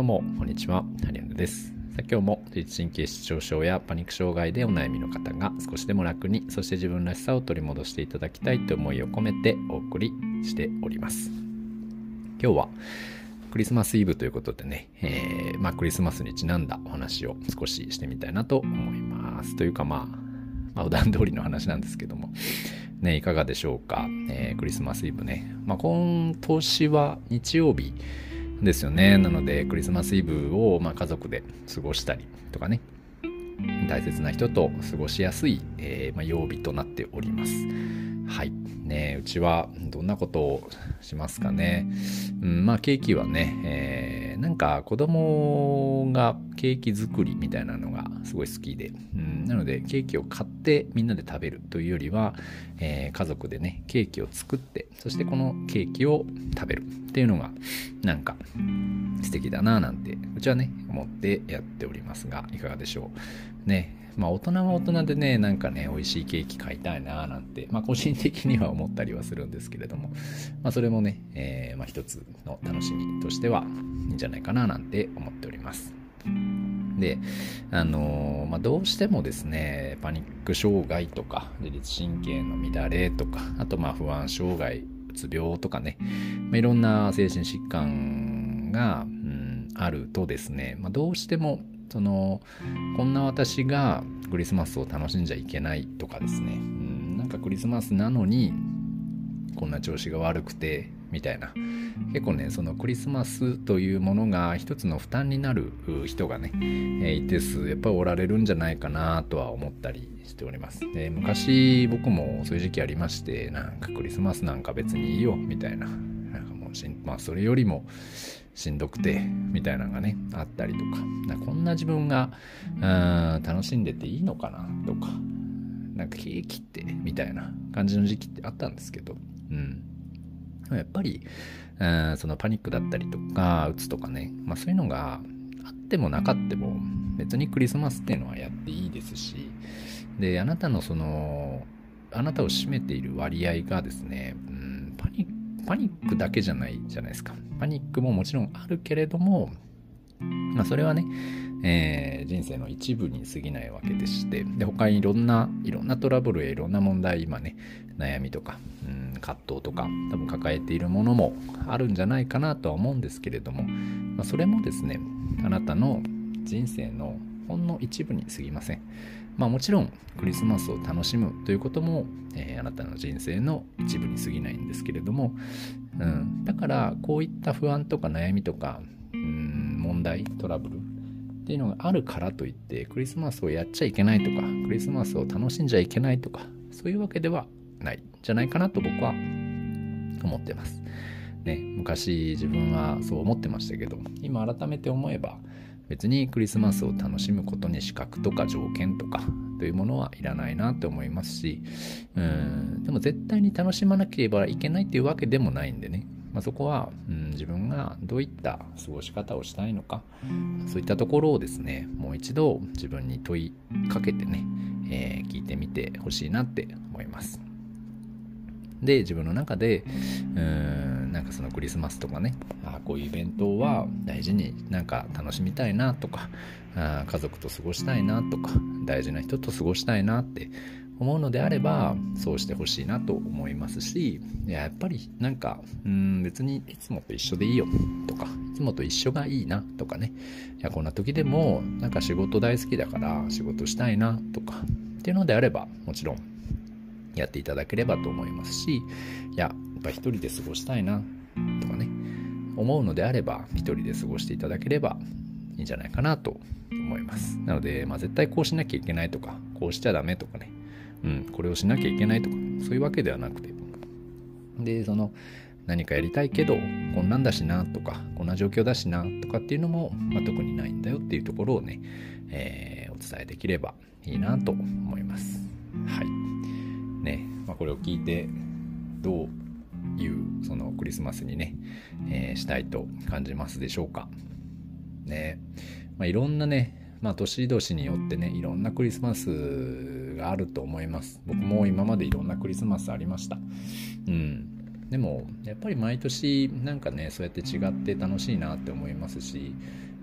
もこんにちは、ハリアンです。今日も自律神経失調症やパニック障害でお悩みの方が少しでも楽に、そして自分らしさを取り戻していただきたいという思いを込めてお送りしております。今日はクリスマスイブということでね、クリスマスにちなんだお話を少ししてみたいなと思います。というか普段通りの話なんですけどもね、いかがでしょうか。クリスマスイブね、今年は日曜日ですよね。なのでクリスマスイブを家族で過ごしたりとかね、大切な人と過ごしやすい、曜日となっております。はいね、うちはどんなことをしますかね。ケーキはね、なんか子供がケーキ作りみたいなのがすごい好きで、なのでケーキを買ってみんなで食べるというよりは、家族でねケーキを作って、そしてこのケーキを食べるっていうのがなんか素敵だななんてうちはね思ってやっておりますが、いかがでしょうね。大人は大人でね、なんかね美味しいケーキ買いたいななんて個人的には思ったりはするんですけれども、それもね、一つの楽しみとしてはいいんじゃないかななんて思っております。で、どうしてもですね、パニック障害とか自律神経の乱れとか、あと不安障害、うつ病とかね、いろんな精神疾患が、あるとですね、どうしてもこんな私がクリスマスを楽しんじゃいけないとかですね、なんかクリスマスなのにこんな調子が悪くてみたいな、結構ねそのクリスマスというものが一つの負担になる人がね、一定数やっぱりおられるんじゃないかなとは思ったりしております。で、昔僕もそういう時期ありまして、なんかクリスマスなんか別にいいよみたいな、なんかもうそれよりもしんどくてみたいなのがねあったりとか、こんな自分が楽しんでていいのかなとか、なんかケーキってみたいな感じの時期ってあったんですけど、やっぱりそのパニックだったりとかうつとかね、そういうのがあってもなかっても別にクリスマスっていうのはやっていいですし、であなたのあなたを占めている割合がですね、パニックだけじゃないじゃないですか。パニックももちろんあるけれども、それはね、人生の一部に過ぎないわけでして、で他にいろんなトラブルやいろんな問題、今ね悩みとか、葛藤とか多分抱えているものもあるんじゃないかなとは思うんですけれども、それもですねあなたの人生のほんの一部に過ぎません。もちろんクリスマスを楽しむということも、あなたの人生の一部に過ぎないんですけれども、だからこういった不安とか悩みとか、問題トラブルっていうのがあるからといってクリスマスをやっちゃいけないとか、クリスマスを楽しんじゃいけないとか、そういうわけではないんじゃないかなと僕は思ってますね。昔自分はそう思ってましたけど、今改めて思えば別にクリスマスを楽しむことに資格とか条件とかというものはいらないなって思いますし、でも絶対に楽しまなければいけないっていうわけでもないんでね、そこは、自分がどういった過ごし方をしたいのか、そういったところをですねもう一度自分に問いかけてね、聞いてみてほしいなって思います。で、自分の中でなんかそのクリスマスとかね、こういうイベントは大事になんか楽しみたいなとか、家族と過ごしたいなとか、大事な人と過ごしたいなって思うのであればそうしてほしいなと思いますし、やっぱりなんか別にいつもと一緒でいいよとか、いつもと一緒がいいなとかね、いやこんな時でもなんか仕事大好きだから仕事したいなとかっていうのであればもちろんやっていただければと思いますし、やっぱ一人で過ごしたいなとかね思うのであれば一人で過ごしていただければいいんじゃないかなと思います。なので、絶対こうしなきゃいけないとか、こうしちゃダメとかね、これをしなきゃいけないとか、そういうわけではなくて、で何かやりたいけどこんなんだしなとか、こんな状況だしなとかっていうのも、特にないんだよっていうところをね、お伝えできればいいなと思います。はいね、これを聞いてどういうそのクリスマスにね、したいと感じますでしょうかね。いろんなね、年々によってねいろんなクリスマスがあると思います。僕も今までいろんなクリスマスありました。でもやっぱり毎年なんかねそうやって違って楽しいなって思いますし、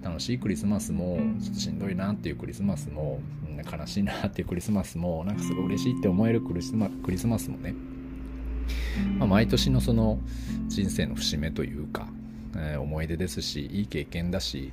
楽しいクリスマスもちょっとしんどいなっていうクリスマスも悲しいなっていうクリスマスもなんかすごい嬉しいって思えるクリスマスもね、毎年のその人生の節目というか、思い出ですし、いい経験だし、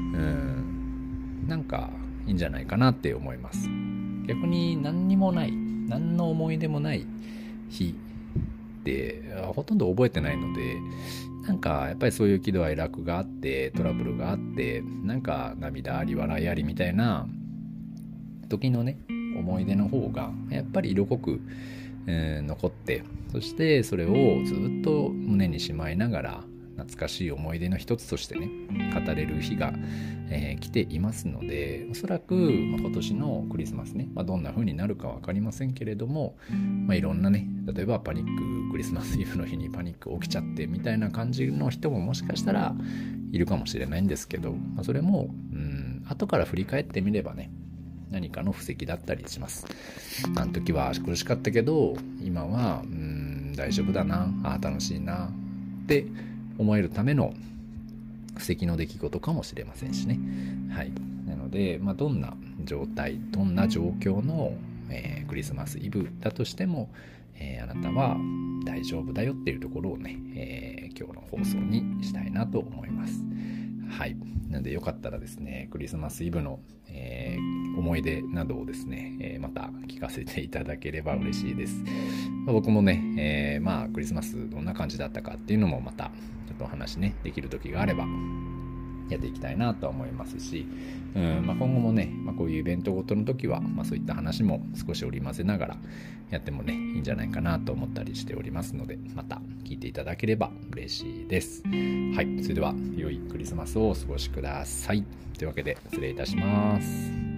なんかいいんじゃないかなって思います。逆に何の思い出もない日ってほとんど覚えてないので、なんかやっぱりそういう喜怒哀楽があってトラブルがあってなんか涙あり笑いありみたいな時のね思い出の方がやっぱり色濃く、残って、そしてそれをずっと胸にしまいながら懐かしい思い出の一つとしてね語れる日が、来ていますので、おそらく、今年のクリスマスね、どんな風になるか分かりませんけれども、いろんなね、例えばクリスマスイブの日にパニック起きちゃってみたいな感じの人ももしかしたらいるかもしれないんですけど、それも後から振り返ってみればね何かの布石だったりします。あの時は苦しかったけど今は大丈夫だな、楽しいなって思えるための布石の出来事かもしれませんしね。はい。なので、どんな状態、どんな状況の、クリスマスイブだとしても、あなたは大丈夫だよっていうところをね、今日の放送にしたいなと思います。はい。なのでよかったらですね、クリスマスイブの、思い出などをですね、また聞かせていただければ嬉しいです。僕もね、クリスマスどんな感じだったかっていうのもまたちょっとお話ねできる時があればやっていきたいなと思いますし、今後もね、こういうイベントごとの時は、そういった話も少し織り交ぜながらやってもねいいんじゃないかなと思ったりしておりますので、また聞いていただければ嬉しいです。はい、それでは良いクリスマスをお過ごしください。というわけで失礼いたします。